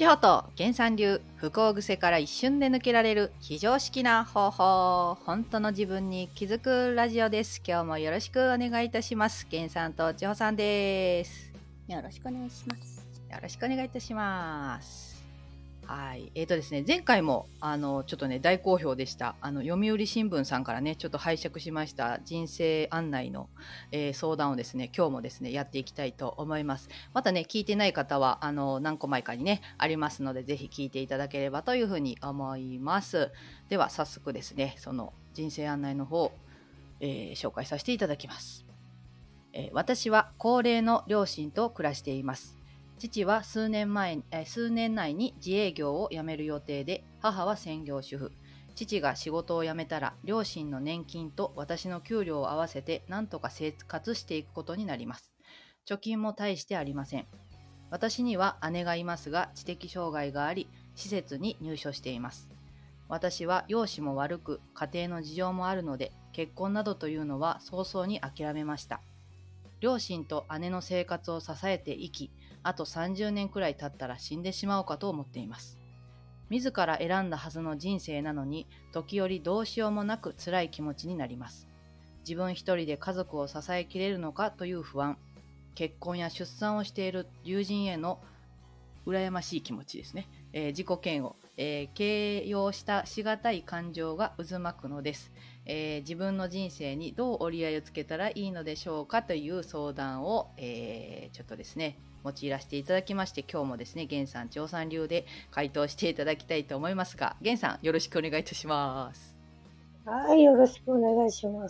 千穂と原産流不幸癖から一瞬で抜けられる非常識な方法、本当の自分に気づくラジオです。今日もよろしくお願いいたします。原さんと千穂さんです。 よろしくお願いします。 よろしくお願いいたします。はい、ですね、前回もちょっとね大好評でした読売新聞さんからねちょっと拝借しました人生案内の、相談をですね今日もですねやっていきたいと思います。またね聞いてない方は何個前かにねありますのでぜひ聞いていただければというふうに思います。では早速ですねその人生案内の方、紹介させていただきます。私は高齢の両親と暮らしています。父は数年内に自営業を辞める予定で、母は専業主婦。父が仕事を辞めたら、両親の年金と私の給料を合わせて何とか生活していくことになります。貯金も大してありません。私には姉がいますが、知的障害があり、施設に入所しています。私は容姿も悪く、家庭の事情もあるので、結婚などというのは早々に諦めました。両親と姉の生活を支えて生き、あと30年くらい経ったら死んでしまおうかと思っています。自ら選んだはずの人生なのに、時折どうしようもなく辛い気持ちになります。自分一人で家族を支えきれるのかという不安、結婚や出産をしている友人への羨ましい気持ちですね、自己嫌悪、形容したしがたい感情が渦巻くのです。自分の人生にどう折り合いをつけたらいいのでしょうかという相談を、ちょっとですね用いらせていただきまして、今日もですね源さん千穂さん流で回答していただきたいと思いますが、源さんよろしくお願いいたします。 はい、よろしくお願いします。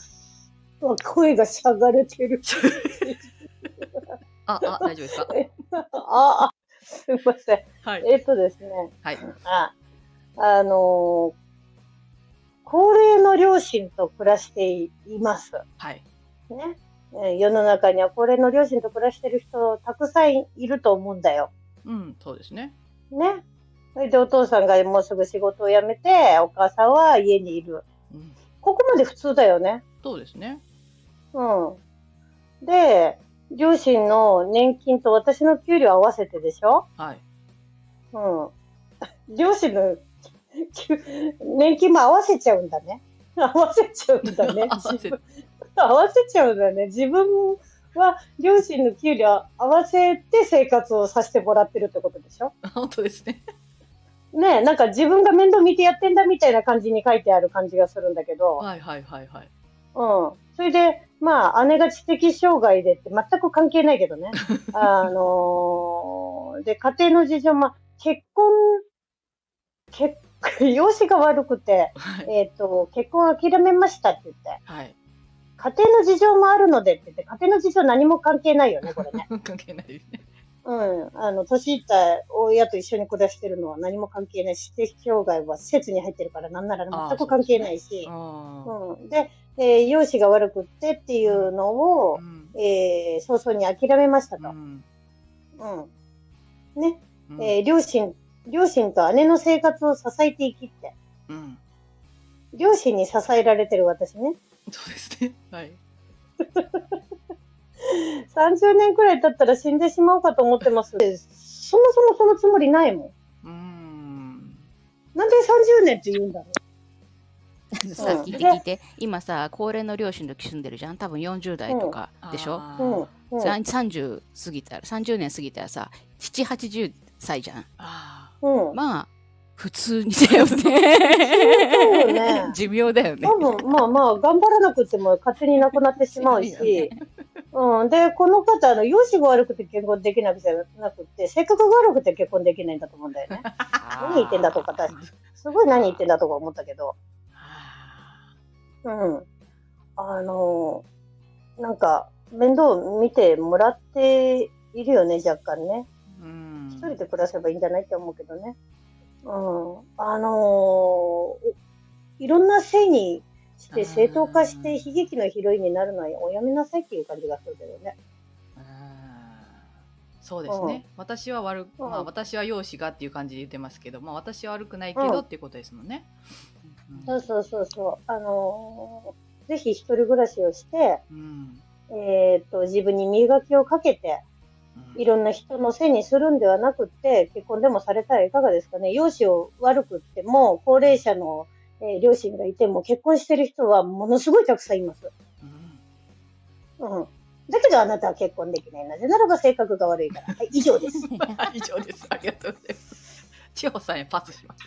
声がしゃがれてる。 大丈夫ですか？ すいません。 はい。 ですね。 はい。 高齢の両親と暮らしています。 はい。 ね。世の中には高齢の両親と暮らしてる人たくさんいると思うんだよ。 うん、そうですね。 ね。それでお父さんがもうすぐ仕事を辞めて、お母さんは家にいる。 うん、 ここまで普通だよね。 そうですね。 うん。で、両親の年金と私の給料合わせてでしょ？ はい。 うん。両親の年金も合わせちゃうんだね。合わせちゃうんだね。合わせちゃうんだね。自分は両親の給料合わせて生活をさせてもらってるってことでしょ？ 本当ですね。 ねえ、なんか自分が面倒見てやってんだみたいな感じに書いてある感じがするんだけど。 はいはいはいはい。 うん。それで、まあ、姉が知的障害でって全く関係ないけどね。で、家庭の事情、まあ、容姿が悪くて、 はい。 結婚諦めましたって言って。 はい。 家庭の事情もあるのでって言って、家庭の事情何も関係ないよね、これね。 関係ないですね。 年いった親と一緒に暮らしてるのは何も関係ないし、知的障害は施設に入ってるからなんなら全く関係ないし、で、容姿が悪くってっていうのを、早々に諦めましたと。ね。両親と姉の生活を支えていきって。両親に支えられてる私ね。 そうですね。はい。 30年くらい経ったら死んでしまうかと思ってます。そもそもそのつもりないもん。なんで30年って言うんだろう。 さあ聞いて今さ高齢の両親と住んでるじゃん。多分40代とかでしょ。30過ぎたら30年過ぎたらさ7、80歳じゃん。まあ普通にだよね。寿命だよね。 多分まあ頑張らなくても勝手に亡くなってしまうし、でこの方容姿が悪くて結婚できなくじゃなくて性格が悪くて結婚できないんだと思うんだよね。何言ってんだとかすごい何言ってんだとか思ったけど。なんか面倒見てもらっているよね、若干ね。一人で暮らせばいいんじゃないって思うけどね。いろんなせいにして正当化して悲劇のヒロインになるのはおやめなさいっていう感じがするけどね。 そうですね。私は私は容姿がっていう感じで言ってますけど、私は悪くないけどっていうことですもんね。 そう。ぜひ一人暮らしをして、自分に磨きをかけて、 いろんな人のせいにするんではなくて、結婚でもされたらいかがですかね。容姿を悪くっても、高齢者の、両親がいても、結婚してる人はものすごいたくさんいます。うん。だけどあなたは結婚できない。なぜならば性格が悪いから。はい、以上です。 以上です。ありがとうございます。千穂さんへパスします。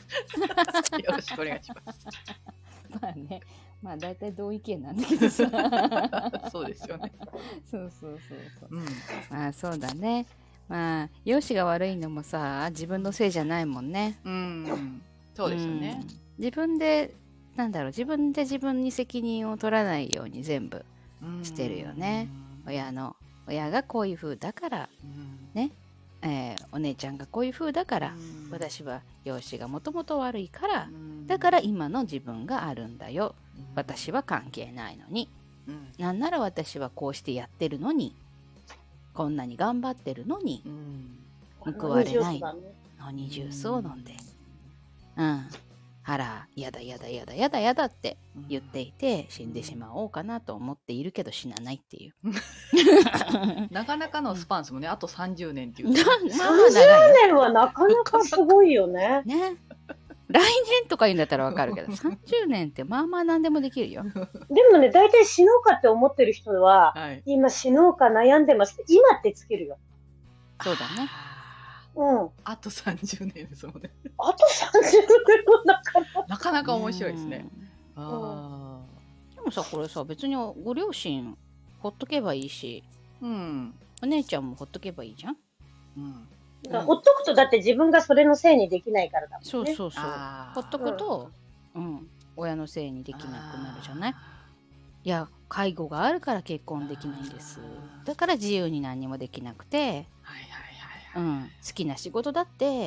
よろしくお願いします。 まあね、まあ大体同意見なんだけどさ。 そうですよね。 そう。まあそうだね。まあ容姿が悪いのもさ、自分のせいじゃないもんね。 そうですよね。 自分で自分で自分に責任を取らないように全部してるよね。親がこういう風だからね。お姉ちゃんがこういう風だから、私は容姿がもともと悪いから、だから今の自分があるんだよ。私は関係ないのに、なんなら私はこうしてやってるのに、こんなに頑張ってるのに、報われないのにジュースを飲んで、あら、やだって言っていて、死んでしまおうかなと思っているけど死なないっていう。 なかなかのスパンですもんね。あと30年っていう。 30年はなかなかすごいよね。 ね。来年とか言うんだったらわかるけど、30年ってまあまあ何でもできるよ。 でもね、大体死のうかって思ってる人は、今死のうか悩んでますって、今ってつけるよ。 そうだね。 あと30年ですもんね。 あと30年もなかなか面白いですね。 でもさ、これさ、別にご両親ほっとけばいいし、お姉ちゃんもほっとけばいいじゃん。 ほっとくとだって自分がそれのせいにできないからだもんね。 そう。ほっとくと、親のせいにできなくなるじゃない。いや、介護があるから結婚できないんです。だから自由に何にもできなくて、好きな仕事だって、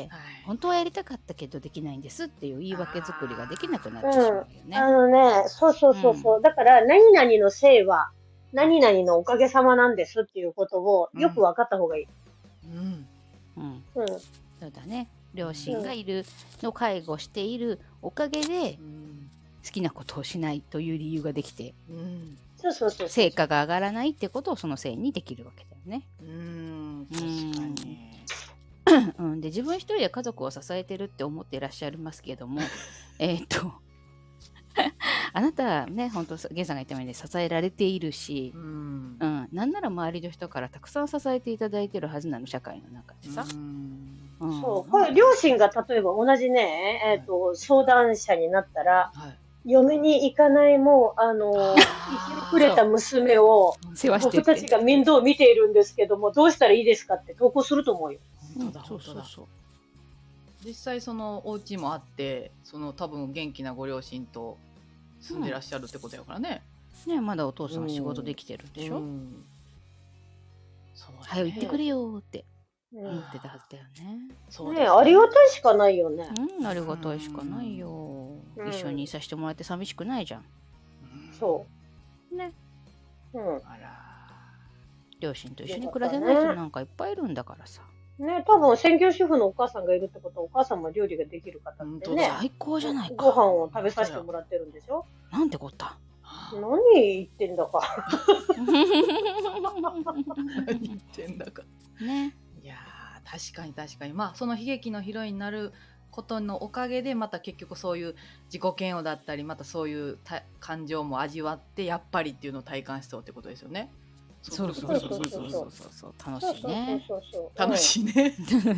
本当はやりたかったけどできないんですっていう言い訳作りができなくなってしまうよね。 そう。だから何々のせいは何々のおかげさまなんですっていうことをよく分かった方がいい。 そうだね。両親がいるの介護しているおかげで、好きなことをしないという理由ができて、成果が上がらないってことをそのせいにできるわけだよね。 確かに。 で自分一人で家族を支えてるって思っていらっしゃいますけれどもあなたはね、本当ゲンさんが言ったように支えられているし、なんなら周りの人からたくさん支えていただいてるはずなの、社会の中でさ。 そう、これ両親が例えば同じね、相談者になったら、嫁に行かないもう生き遅れた娘を僕たちが面倒を見ているんですけども、どうしたらいいですかって投稿すると思うよ。 そう。実際そのお家もあって、その多分元気なご両親と住んでらっしゃるってことやからね。 まだお父さん仕事できてるんでしょ。早く行ってくれよって思ってたはずだよね。 ありがたいしかないよね。 ありがたいしかないよ。一緒にいさせてもらって寂しくないじゃん。 そうね。 あら、 両親と一緒に暮らせない人なんかいっぱいいるんだからさ。 ね、多分専業主婦のお母さんがいるってことは、お母さんも料理ができる方ってね、 最高じゃないか。 ご飯を食べさせてもらってるんでしょ。 なんてこった。 何言ってんだか。 何言ってんだか。 ね。 いや確かに、まあその悲劇のヒロインになることのおかげで、また結局そういう自己嫌悪だったり、またそういう感情も味わって、やっぱりっていうのを体感しそうってことですよね。 そう。楽しいね。 楽しいね。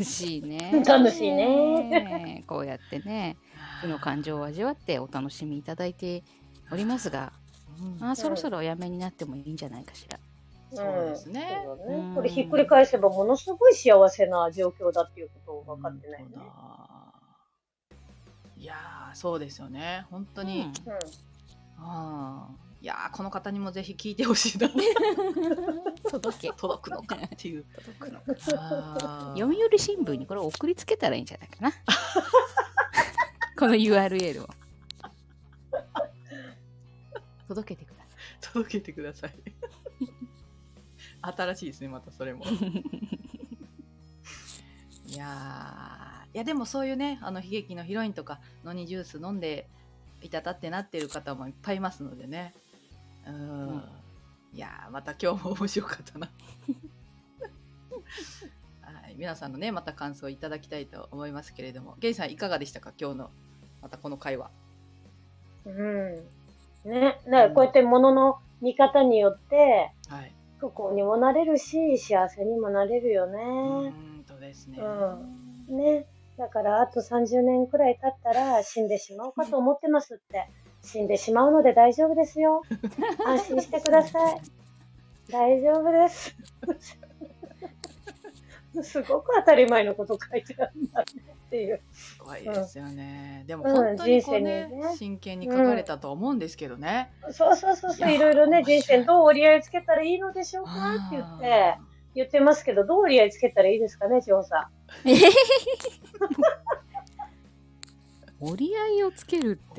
こうやってね、負の感情を味わってお楽しみいただいておりますが、そろそろおやめになってもいいんじゃないかしら。 そうですね。 これひっくり返せばものすごい幸せな状況だっていうことを分かってないね。 いやそうですよね。本当に。いやこの方にもぜひ聞いてほしいな。届くのかっていう。 読売新聞にこれを送りつけたらいいんじゃないかな。この URL を届けてください。 新しいですね、またそれも。いやでもそういうね、悲劇のヒロインとかノニジュース飲んでいたたってなってる方もいっぱいいますのでね。いやまた今日も面白かったな。 皆さんのねまた感想をいただきたいと思いますけれども、ゲイさんいかがでしたか、今日のまたこの会話。 ね、こうやって物の見方によって、不幸にもなれるし、幸せにもなれるよね。 そうですね。 ね。だからあと30年くらい経ったら死んでしまうかと思ってますって。死んでしまうので大丈夫ですよ。安心してください。大丈夫です。すごく当たり前のこと書いてあるんだねっていう。 すごいですよね。でも本当にこうね、真剣に書かれたと思うんですけどね。 そう、いろいろね、人生どう折り合いつけたらいいのでしょうかって言ってますけど、どう折り合いつけたらいいですかね、千穂さん。 折り合いをつけるって、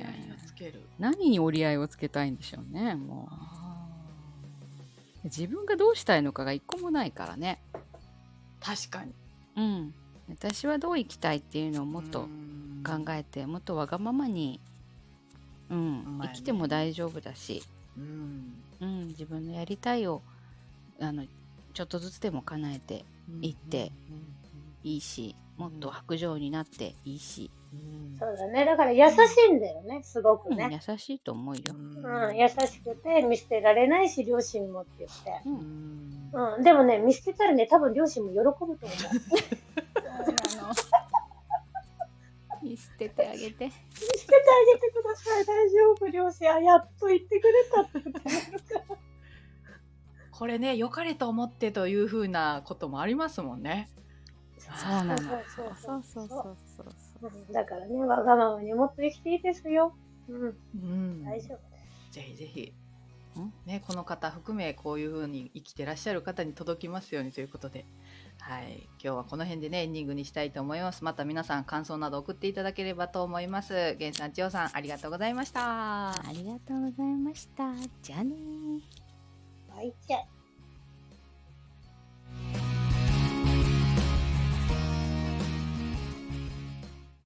何に折り合いをつけたいんでしょうね、もう。自分がどうしたいのかが一個もないからね。 確かに。 私はどう生きたいっていうのをもっと考えて、もっとわがままに、生きても大丈夫だし、自分のやりたいをちょっとずつでも叶えていっていいし、もっと薄情になっていいし。 そうだね。だから優しいんだよね、すごくね。 優しいと思うよ。 優しくて見捨てられないし、両親もって言って。でもね、見捨てたらね、多分両親も喜ぶと思う。 見捨ててあげて。 見捨ててあげてください。大丈夫、両親。やっと言ってくれたって言ってるから。 これね、良かれと思ってというふうなこともありますもんね。 そうなの。そう。 だからね、わがままにもっと生きていいですよ。大丈夫です。 ぜひぜひ。ね、この方含めこういう風に生きてらっしゃる方に届きますようにということで、今日はこの辺でねエンディングにしたいと思います。また皆さん感想など送っていただければと思います。ゲンさん、千代さん、ありがとうございました。 ありがとうございました。じゃあね。 バイチェ。